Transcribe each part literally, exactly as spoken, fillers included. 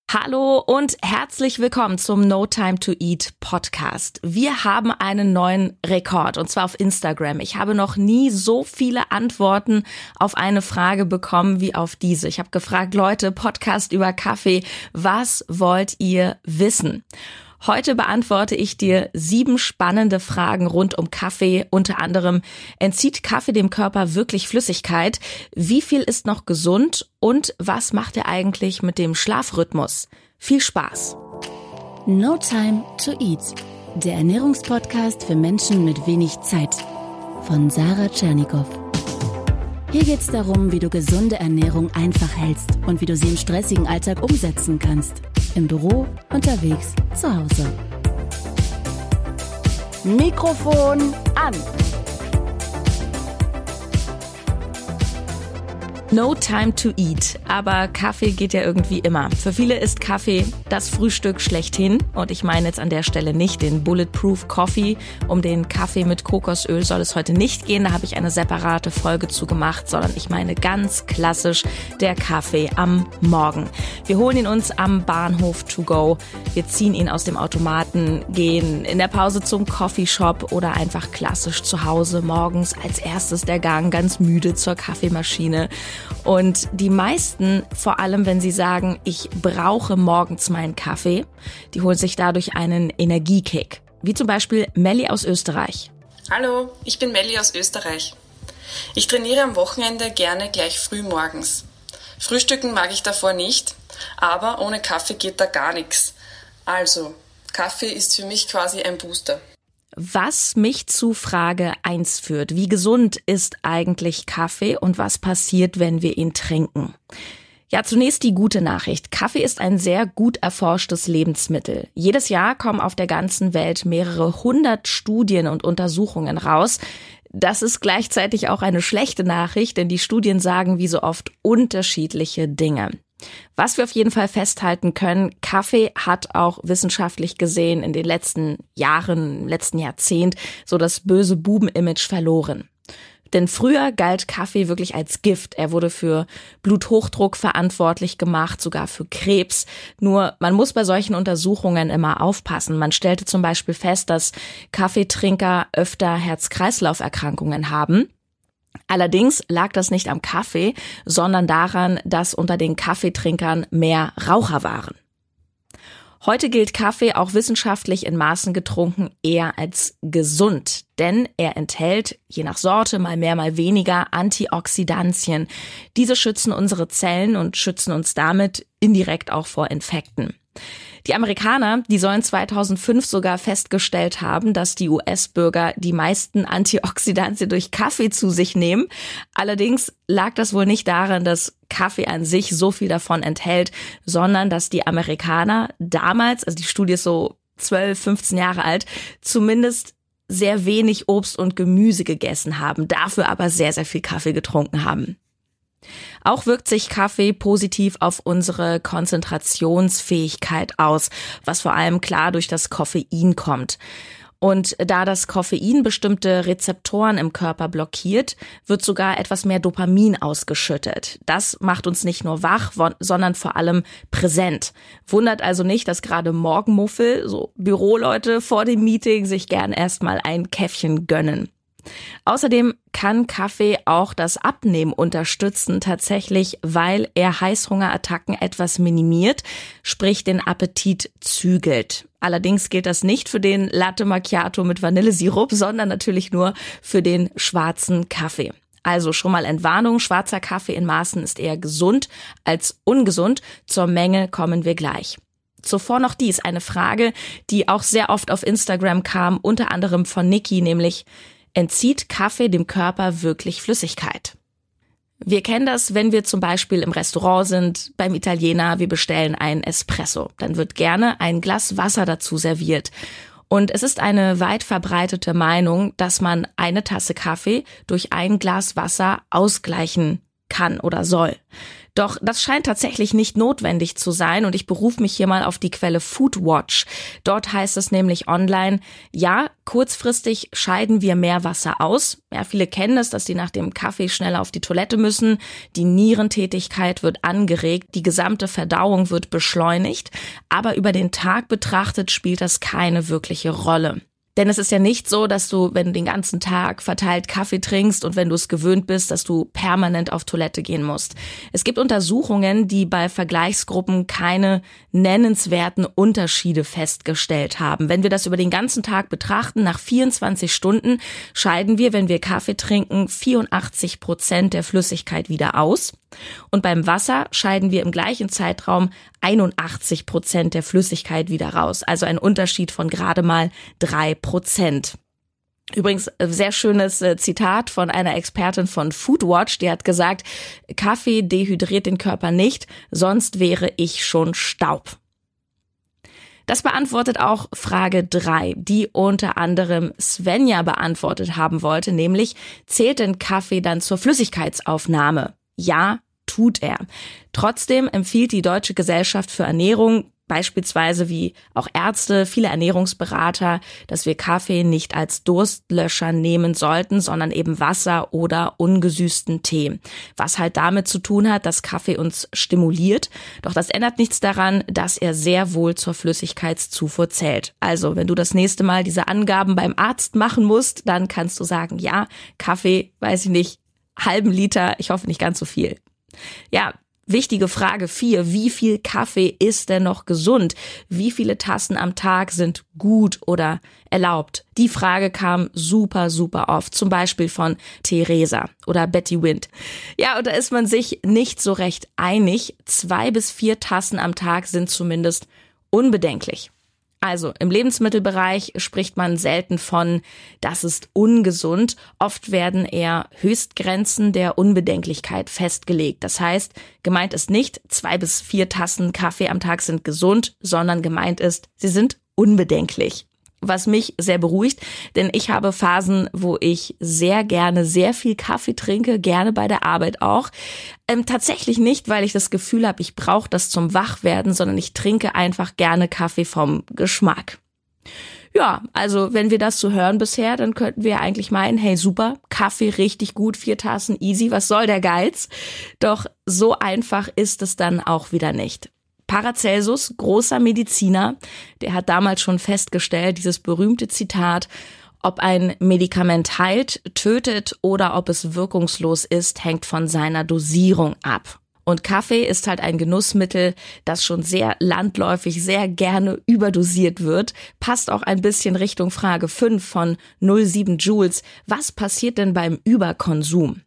Hallo und herzlich willkommen zum No Time to Eat Podcast. Wir haben einen neuen Rekord und zwar auf Instagram. Ich habe noch nie so viele Antworten auf eine Frage bekommen wie auf diese. Ich habe gefragt, Leute, Podcast über Kaffee, was wollt ihr wissen? Heute beantworte ich dir sieben spannende Fragen rund um Kaffee. Unter anderem, entzieht Kaffee dem Körper wirklich Flüssigkeit? Wie viel ist noch gesund? Und was macht er eigentlich mit dem Schlafrhythmus? Viel Spaß! No Time to Eat, der Ernährungspodcast für Menschen mit wenig Zeit. Von Sarah Tschernikow. Hier geht's darum, wie du gesunde Ernährung einfach hältst und wie du sie im stressigen Alltag umsetzen kannst. Im Büro, unterwegs, zu Hause. Mikrofon an! No time to eat, aber Kaffee geht ja irgendwie immer. Für viele ist Kaffee das Frühstück schlechthin und ich meine jetzt an der Stelle nicht den Bulletproof Coffee. Um den Kaffee mit Kokosöl soll es heute nicht gehen, da habe ich eine separate Folge zu gemacht, sondern ich meine ganz klassisch der Kaffee am Morgen. Wir holen ihn uns am Bahnhof to go, wir ziehen ihn aus dem Automaten, gehen in der Pause zum Coffeeshop oder einfach klassisch zu Hause morgens als erstes der Gang, ganz müde zur Kaffeemaschine. Und die meisten, vor allem wenn sie sagen, ich brauche morgens meinen Kaffee, die holen sich dadurch einen Energiekick. Wie zum Beispiel Melli aus Österreich. Hallo, ich bin Melli aus Österreich. Ich trainiere am Wochenende gerne gleich früh morgens. Frühstücken mag ich davor nicht, aber ohne Kaffee geht da gar nichts. Also, Kaffee ist für mich quasi ein Booster. Was mich zu Frage eins führt. Wie gesund ist eigentlich Kaffee und was passiert, wenn wir ihn trinken? Ja, zunächst die gute Nachricht. Kaffee ist ein sehr gut erforschtes Lebensmittel. Jedes Jahr kommen auf der ganzen Welt mehrere hundert Studien und Untersuchungen raus. Das ist gleichzeitig auch eine schlechte Nachricht, denn die Studien sagen wie so oft unterschiedliche Dinge. Was wir auf jeden Fall festhalten können, Kaffee hat auch wissenschaftlich gesehen in den letzten Jahren, im letzten Jahrzehnt so das böse Buben-Image verloren. Denn früher galt Kaffee wirklich als Gift. Er wurde für Bluthochdruck verantwortlich gemacht, sogar für Krebs. Nur man muss bei solchen Untersuchungen immer aufpassen. Man stellte zum Beispiel fest, dass Kaffeetrinker öfter Herz-Kreislauf-Erkrankungen haben. Allerdings lag das nicht am Kaffee, sondern daran, dass unter den Kaffeetrinkern mehr Raucher waren. Heute gilt Kaffee auch wissenschaftlich in Maßen getrunken eher als gesund, denn er enthält, je nach Sorte, mal mehr, mal weniger Antioxidantien. Diese schützen unsere Zellen und schützen uns damit indirekt auch vor Infekten. Die Amerikaner, die sollen zweitausendfünf sogar festgestellt haben, dass die U S-Bürger die meisten Antioxidantien durch Kaffee zu sich nehmen. Allerdings lag das wohl nicht daran, dass Kaffee an sich so viel davon enthält, sondern dass die Amerikaner damals, also die Studie ist so zwölf, fünfzehn Jahre alt, zumindest sehr wenig Obst und Gemüse gegessen haben, dafür aber sehr, sehr viel Kaffee getrunken haben. Auch wirkt sich Kaffee positiv auf unsere Konzentrationsfähigkeit aus, was vor allem klar durch das Koffein kommt. Und da das Koffein bestimmte Rezeptoren im Körper blockiert, wird sogar etwas mehr Dopamin ausgeschüttet. Das macht uns nicht nur wach, sondern vor allem präsent. Wundert also nicht, dass gerade Morgenmuffel, so Büroleute vor dem Meeting, sich gern erstmal ein Käffchen gönnen. Außerdem kann Kaffee auch das Abnehmen unterstützen, tatsächlich, weil er Heißhungerattacken etwas minimiert, sprich den Appetit zügelt. Allerdings gilt das nicht für den Latte Macchiato mit Vanillesirup, sondern natürlich nur für den schwarzen Kaffee. Also schon mal Entwarnung, schwarzer Kaffee in Maßen ist eher gesund als ungesund. Zur Menge kommen wir gleich. Zuvor noch dies, eine Frage, die auch sehr oft auf Instagram kam, unter anderem von Niki, nämlich: Entzieht Kaffee dem Körper wirklich Flüssigkeit? Wir kennen das, wenn wir zum Beispiel im Restaurant sind, beim Italiener, wir bestellen einen Espresso. Dann wird gerne ein Glas Wasser dazu serviert. Und es ist eine weit verbreitete Meinung, dass man eine Tasse Kaffee durch ein Glas Wasser ausgleichen kann oder soll. Doch das scheint tatsächlich nicht notwendig zu sein und ich berufe mich hier mal auf die Quelle Foodwatch. Dort heißt es nämlich online, ja, kurzfristig scheiden wir mehr Wasser aus. Ja, viele kennen es, dass die nach dem Kaffee schneller auf die Toilette müssen. Die Nierentätigkeit wird angeregt, die gesamte Verdauung wird beschleunigt. Aber über den Tag betrachtet spielt das keine wirkliche Rolle. Denn es ist ja nicht so, dass du, wenn du den ganzen Tag verteilt Kaffee trinkst und wenn du es gewöhnt bist, dass du permanent auf Toilette gehen musst. Es gibt Untersuchungen, die bei Vergleichsgruppen keine nennenswerten Unterschiede festgestellt haben. Wenn wir das über den ganzen Tag betrachten, nach vierundzwanzig Stunden scheiden wir, wenn wir Kaffee trinken, vierundachtzig Prozent der Flüssigkeit wieder aus. Und beim Wasser scheiden wir im gleichen Zeitraum einundachtzig Prozent der Flüssigkeit wieder raus. Also ein Unterschied von gerade mal drei Prozent. Übrigens, sehr schönes Zitat von einer Expertin von Foodwatch, die hat gesagt, Kaffee dehydriert den Körper nicht, sonst wäre ich schon Staub. Das beantwortet auch Frage drei, die unter anderem Svenja beantwortet haben wollte, nämlich, zählt denn Kaffee dann zur Flüssigkeitsaufnahme? Ja, tut er. Trotzdem empfiehlt die Deutsche Gesellschaft für Ernährung, beispielsweise wie auch Ärzte, viele Ernährungsberater, dass wir Kaffee nicht als Durstlöscher nehmen sollten, sondern eben Wasser oder ungesüßten Tee. Was halt damit zu tun hat, dass Kaffee uns stimuliert. Doch das ändert nichts daran, dass er sehr wohl zur Flüssigkeitszufuhr zählt. Also, wenn du das nächste Mal diese Angaben beim Arzt machen musst, dann kannst du sagen, ja, Kaffee, weiß ich nicht, halben Liter, ich hoffe nicht ganz so viel. Ja, wichtige Frage vier. Wie viel Kaffee ist denn noch gesund? Wie viele Tassen am Tag sind gut oder erlaubt? Die Frage kam super, super oft. Zum Beispiel von Theresa oder Betty Wind. Ja, und da ist man sich nicht so recht einig. Zwei bis vier Tassen am Tag sind zumindest unbedenklich. Also im Lebensmittelbereich spricht man selten von, das ist ungesund. Oft werden eher Höchstgrenzen der Unbedenklichkeit festgelegt. Das heißt, gemeint ist nicht, zwei bis vier Tassen Kaffee am Tag sind gesund, sondern gemeint ist, sie sind unbedenklich. Was mich sehr beruhigt, denn ich habe Phasen, wo ich sehr gerne sehr viel Kaffee trinke, gerne bei der Arbeit auch. Ähm, tatsächlich nicht, weil ich das Gefühl habe, ich brauche das zum Wachwerden, sondern ich trinke einfach gerne Kaffee vom Geschmack. Ja, also wenn wir das so hören bisher, dann könnten wir eigentlich meinen, hey super, Kaffee richtig gut, vier Tassen easy, was soll der Geiz? Doch so einfach ist es dann auch wieder nicht. Paracelsus, großer Mediziner, der hat damals schon festgestellt, dieses berühmte Zitat, ob ein Medikament heilt, tötet oder ob es wirkungslos ist, hängt von seiner Dosierung ab. Und Kaffee ist halt ein Genussmittel, das schon sehr landläufig, sehr gerne überdosiert wird. Passt auch ein bisschen Richtung Frage fünf von null Komma sieben Joules. Was passiert denn beim Überkonsum?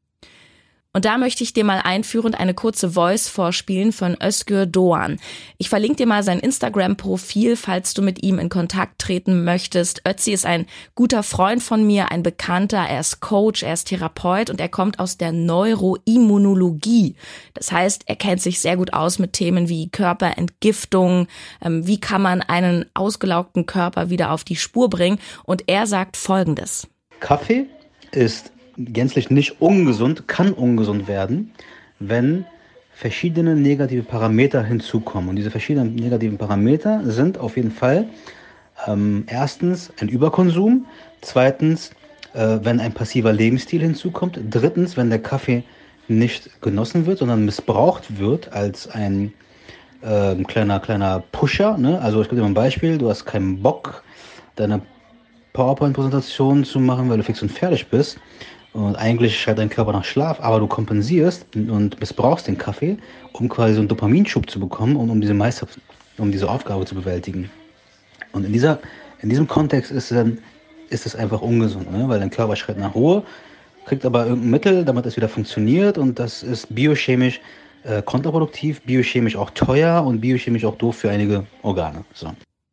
Und da möchte ich dir mal einführend eine kurze Voice vorspielen von Özgür Doğan. Ich verlinke dir mal sein Instagram-Profil, falls du mit ihm in Kontakt treten möchtest. Ötzi ist ein guter Freund von mir, ein Bekannter. Er ist Coach, er ist Therapeut und er kommt aus der Neuroimmunologie. Das heißt, er kennt sich sehr gut aus mit Themen wie Körperentgiftung, ähm, wie kann man einen ausgelaugten Körper wieder auf die Spur bringen. Und er sagt Folgendes. Kaffee ist gänzlich nicht ungesund, kann ungesund werden, wenn verschiedene negative Parameter hinzukommen. Und diese verschiedenen negativen Parameter sind auf jeden Fall ähm, erstens ein Überkonsum, zweitens, äh, wenn ein passiver Lebensstil hinzukommt, drittens, wenn der Kaffee nicht genossen wird, sondern missbraucht wird als ein äh, kleiner, kleiner Pusher. Ne? Also ich gebe dir mal ein Beispiel, du hast keinen Bock, deine PowerPoint-Präsentation zu machen, weil du fix und fertig bist. Und eigentlich schreit dein Körper nach Schlaf, aber du kompensierst und missbrauchst den Kaffee, um quasi so einen Dopaminschub zu bekommen und um diese Meister, um diese Aufgabe zu bewältigen. Und in dieser, in diesem Kontext ist, dann, ist es einfach ungesund, ne? Weil dein Körper schreit nach Ruhe, kriegt aber irgendein Mittel, damit es wieder funktioniert und das ist biochemisch äh, kontraproduktiv, biochemisch auch teuer und biochemisch auch doof für einige Organe. So.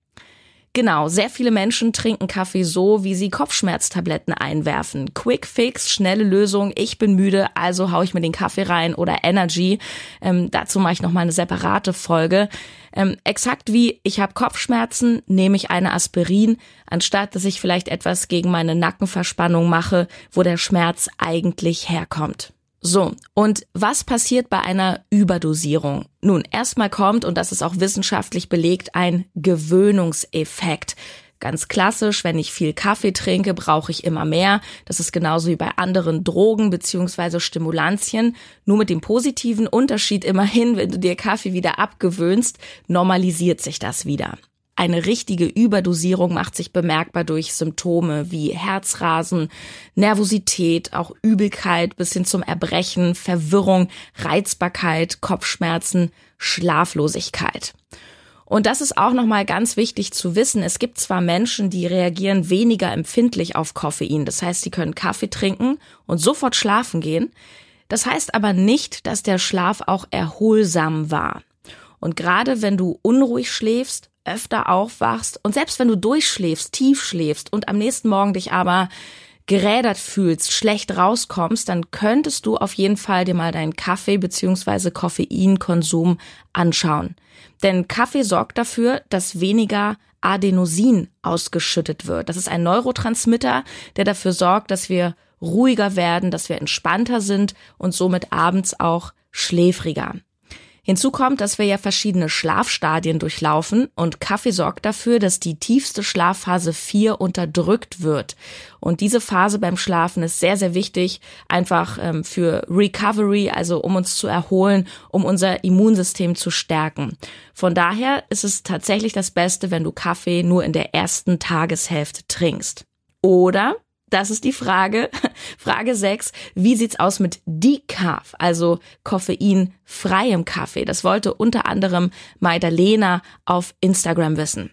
Genau, sehr viele Menschen trinken Kaffee so, wie sie Kopfschmerztabletten einwerfen. Quick Fix, schnelle Lösung, ich bin müde, also hau ich mir den Kaffee rein oder Energy. Ähm, dazu mache ich nochmal eine separate Folge. Ähm, exakt wie, ich habe Kopfschmerzen, nehme ich eine Aspirin, anstatt dass ich vielleicht etwas gegen meine Nackenverspannung mache, wo der Schmerz eigentlich herkommt. So, und was passiert bei einer Überdosierung? Nun, erstmal kommt, und das ist auch wissenschaftlich belegt, ein Gewöhnungseffekt. Ganz klassisch, wenn ich viel Kaffee trinke, brauche ich immer mehr. Das ist genauso wie bei anderen Drogen bzw. Stimulantien. Nur mit dem positiven Unterschied immerhin, wenn du dir Kaffee wieder abgewöhnst, normalisiert sich das wieder. Eine richtige Überdosierung macht sich bemerkbar durch Symptome wie Herzrasen, Nervosität, auch Übelkeit bis hin zum Erbrechen, Verwirrung, Reizbarkeit, Kopfschmerzen, Schlaflosigkeit. Und das ist auch nochmal ganz wichtig zu wissen. Es gibt zwar Menschen, die reagieren weniger empfindlich auf Koffein. Das heißt, sie können Kaffee trinken und sofort schlafen gehen. Das heißt aber nicht, dass der Schlaf auch erholsam war. Und gerade wenn du unruhig schläfst, öfter aufwachst und selbst wenn du durchschläfst, tief schläfst und am nächsten Morgen dich aber gerädert fühlst, schlecht rauskommst, dann könntest du auf jeden Fall dir mal deinen Kaffee bzw. Koffeinkonsum anschauen. Denn Kaffee sorgt dafür, dass weniger Adenosin ausgeschüttet wird. Das ist ein Neurotransmitter, der dafür sorgt, dass wir ruhiger werden, dass wir entspannter sind und somit abends auch schläfriger. Hinzu kommt, dass wir ja verschiedene Schlafstadien durchlaufen und Kaffee sorgt dafür, dass die tiefste Schlafphase vier unterdrückt wird. Und diese Phase beim Schlafen ist sehr, sehr wichtig, einfach ähm, für Recovery, also um uns zu erholen, um unser Immunsystem zu stärken. Von daher ist es tatsächlich das Beste, wenn du Kaffee nur in der ersten Tageshälfte trinkst. Oder... Das ist die Frage. Frage sechs. Wie sieht's aus mit Decaf, also koffeinfreiem Kaffee? Das wollte unter anderem Maidalena auf Instagram wissen.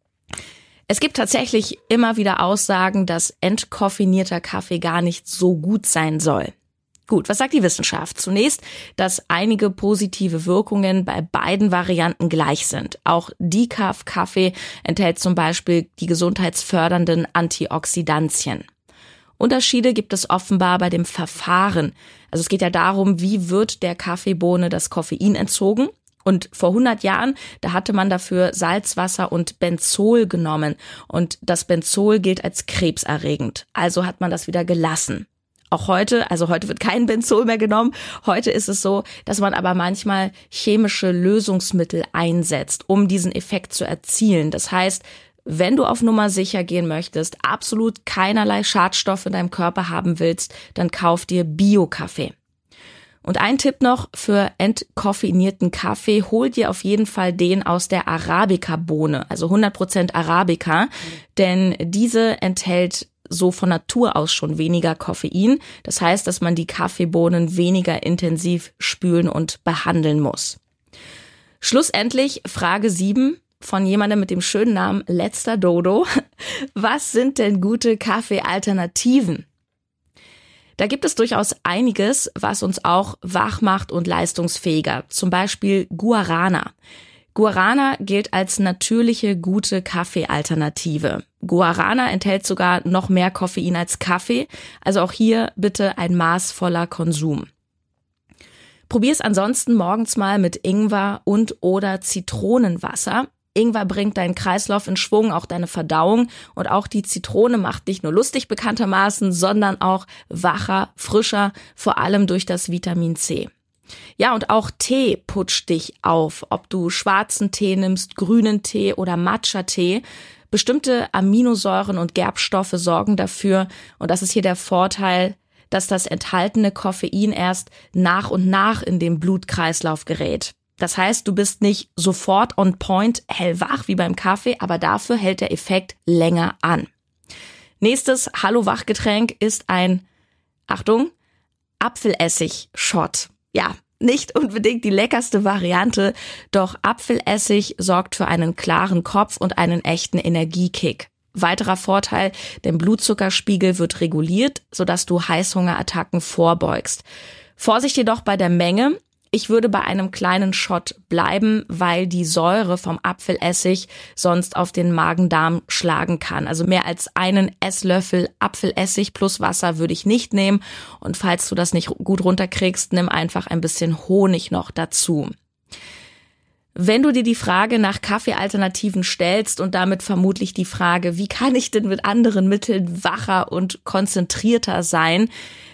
Es gibt tatsächlich immer wieder Aussagen, dass entkoffinierter Kaffee gar nicht so gut sein soll. Gut, was sagt die Wissenschaft? Zunächst, dass einige positive Wirkungen bei beiden Varianten gleich sind. Auch Decaf-Kaffee enthält zum Beispiel die gesundheitsfördernden Antioxidantien. Unterschiede gibt es offenbar bei dem Verfahren. Also es geht ja darum, wie wird der Kaffeebohne das Koffein entzogen? Und vor hundert Jahren, da hatte man dafür Salzwasser und Benzol genommen. Und das Benzol gilt als krebserregend. Also hat man das wieder gelassen. Auch heute, also heute wird kein Benzol mehr genommen. Heute ist es so, dass man aber manchmal chemische Lösungsmittel einsetzt, um diesen Effekt zu erzielen. Das heißt, wenn du auf Nummer sicher gehen möchtest, absolut keinerlei Schadstoffe in deinem Körper haben willst, dann kauf dir Bio-Kaffee. Und ein Tipp noch für entkoffinierten Kaffee, hol dir auf jeden Fall den aus der Arabica-Bohne, also hundert Prozent Arabica, denn diese enthält so von Natur aus schon weniger Koffein. Das heißt, dass man die Kaffeebohnen weniger intensiv spülen und behandeln muss. Schlussendlich Frage sieben. Von jemandem mit dem schönen Namen Letzter Dodo. Was sind denn gute Kaffeealternativen? Da gibt es durchaus einiges, was uns auch wach macht und leistungsfähiger. Zum Beispiel Guarana. Guarana gilt als natürliche, gute Kaffeealternative. Guarana enthält sogar noch mehr Koffein als Kaffee, also auch hier bitte ein maßvoller Konsum. Probier es ansonsten morgens mal mit Ingwer und oder Zitronenwasser. Ingwer bringt deinen Kreislauf in Schwung, auch deine Verdauung, und auch die Zitrone macht nicht nur lustig bekanntermaßen, sondern auch wacher, frischer, vor allem durch das Vitamin C. Ja, und auch Tee putscht dich auf, ob du schwarzen Tee nimmst, grünen Tee oder Matcha-Tee. Bestimmte Aminosäuren und Gerbstoffe sorgen dafür, und das ist hier der Vorteil, dass das enthaltene Koffein erst nach und nach in den Blutkreislauf gerät. Das heißt, du bist nicht sofort on point hellwach wie beim Kaffee, aber dafür hält der Effekt länger an. Nächstes Hallo-Wach-Getränk ist ein, Achtung, Apfelessig-Shot. Ja, nicht unbedingt die leckerste Variante, doch Apfelessig sorgt für einen klaren Kopf und einen echten Energiekick. Weiterer Vorteil, der Blutzuckerspiegel wird reguliert, sodass du Heißhungerattacken vorbeugst. Vorsicht jedoch bei der Menge. Ich würde bei einem kleinen Shot bleiben, weil die Säure vom Apfelessig sonst auf den Magen-Darm schlagen kann. Also mehr als einen Esslöffel Apfelessig plus Wasser würde ich nicht nehmen. Und falls du das nicht gut runterkriegst, nimm einfach ein bisschen Honig noch dazu. Wenn du dir die Frage nach Kaffeealternativen stellst und damit vermutlich die Frage, wie kann ich denn mit anderen Mitteln wacher und konzentrierter sein,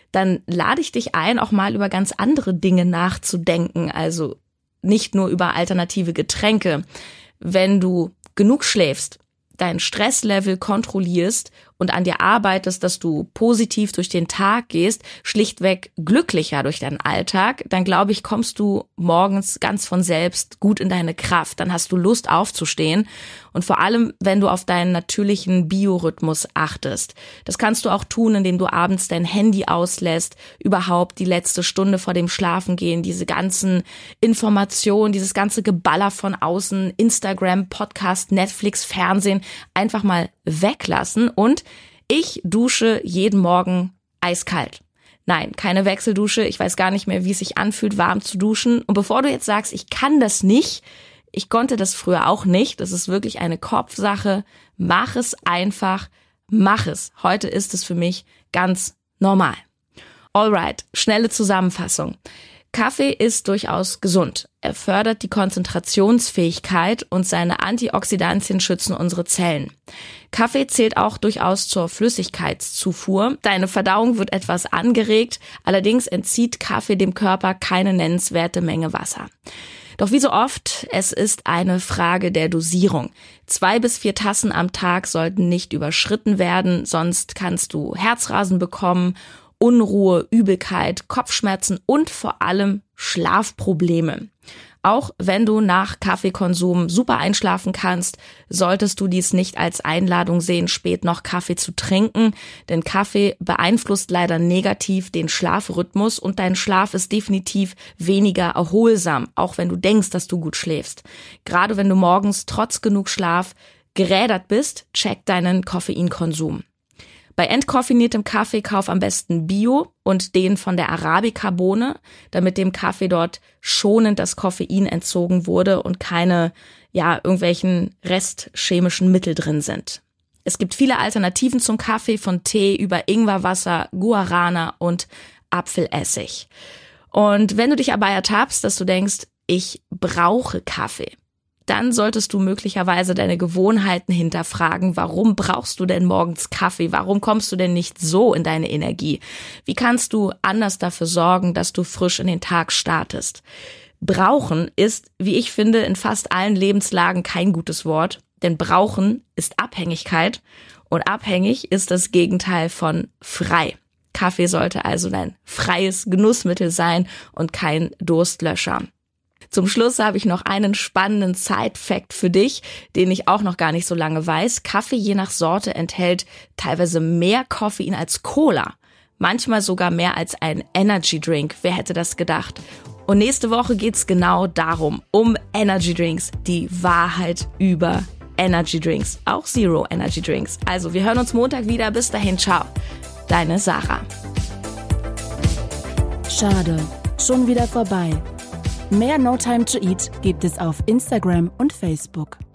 dann lade ich dich ein, auch mal über ganz andere Dinge nachzudenken, also nicht nur über alternative Getränke. Wenn du genug schläfst, dein Stresslevel kontrollierst und an dir arbeitest, dass du positiv durch den Tag gehst, schlichtweg glücklicher durch deinen Alltag, dann glaube ich, kommst du morgens ganz von selbst gut in deine Kraft. Dann hast du Lust aufzustehen und vor allem, wenn du auf deinen natürlichen Biorhythmus achtest. Das kannst du auch tun, indem du abends dein Handy auslässt, überhaupt die letzte Stunde vor dem Schlafengehen, diese ganzen Informationen, dieses ganze Geballer von außen, Instagram, Podcast, Netflix, Fernsehen, einfach mal weglassen. Und ich dusche jeden Morgen eiskalt. Nein, keine Wechseldusche. Ich weiß gar nicht mehr, wie es sich anfühlt, warm zu duschen. Und bevor du jetzt sagst, ich kann das nicht, ich konnte das früher auch nicht, das ist wirklich eine Kopfsache, mach es einfach, mach es. Heute ist es für mich ganz normal. Alright, schnelle Zusammenfassung. Kaffee ist durchaus gesund. Er fördert die Konzentrationsfähigkeit und seine Antioxidantien schützen unsere Zellen. Kaffee zählt auch durchaus zur Flüssigkeitszufuhr. Deine Verdauung wird etwas angeregt, allerdings entzieht Kaffee dem Körper keine nennenswerte Menge Wasser. Doch wie so oft, es ist eine Frage der Dosierung. Zwei bis vier Tassen am Tag sollten nicht überschritten werden, sonst kannst du Herzrasen bekommen, Unruhe, Übelkeit, Kopfschmerzen und vor allem Schlafprobleme. Auch wenn du nach Kaffeekonsum super einschlafen kannst, solltest du dies nicht als Einladung sehen, spät noch Kaffee zu trinken, denn Kaffee beeinflusst leider negativ den Schlafrhythmus und dein Schlaf ist definitiv weniger erholsam, auch wenn du denkst, dass du gut schläfst. Gerade wenn du morgens trotz genug Schlaf gerädert bist, check deinen Koffeinkonsum. Bei entkoffiniertem Kaffee kauf am besten Bio und den von der Arabica-Bohne, damit dem Kaffee dort schonend das Koffein entzogen wurde und keine, ja, irgendwelchen restchemischen Mittel drin sind. Es gibt viele Alternativen zum Kaffee, von Tee über Ingwerwasser, Guarana und Apfelessig. Und wenn du dich dabei ertappst, dass du denkst, ich brauche Kaffee, dann solltest du möglicherweise deine Gewohnheiten hinterfragen. Warum brauchst du denn morgens Kaffee? Warum kommst du denn nicht so in deine Energie? Wie kannst du anders dafür sorgen, dass du frisch in den Tag startest? Brauchen ist, wie ich finde, in fast allen Lebenslagen kein gutes Wort, denn brauchen ist Abhängigkeit und abhängig ist das Gegenteil von frei. Kaffee sollte also dein freies Genussmittel sein und kein Durstlöscher. Zum Schluss habe ich noch einen spannenden Side-Fact für dich, den ich auch noch gar nicht so lange weiß. Kaffee je nach Sorte enthält teilweise mehr Koffein als Cola. Manchmal sogar mehr als ein Energy Drink. Wer hätte das gedacht? Und nächste Woche geht's genau darum, um Energy Drinks, die Wahrheit über Energy Drinks, auch Zero Energy Drinks. Also wir hören uns Montag wieder. Bis dahin, ciao. Deine Sarah. Schade, schon wieder vorbei. Mehr No Time to Eat gibt es auf Instagram und Facebook.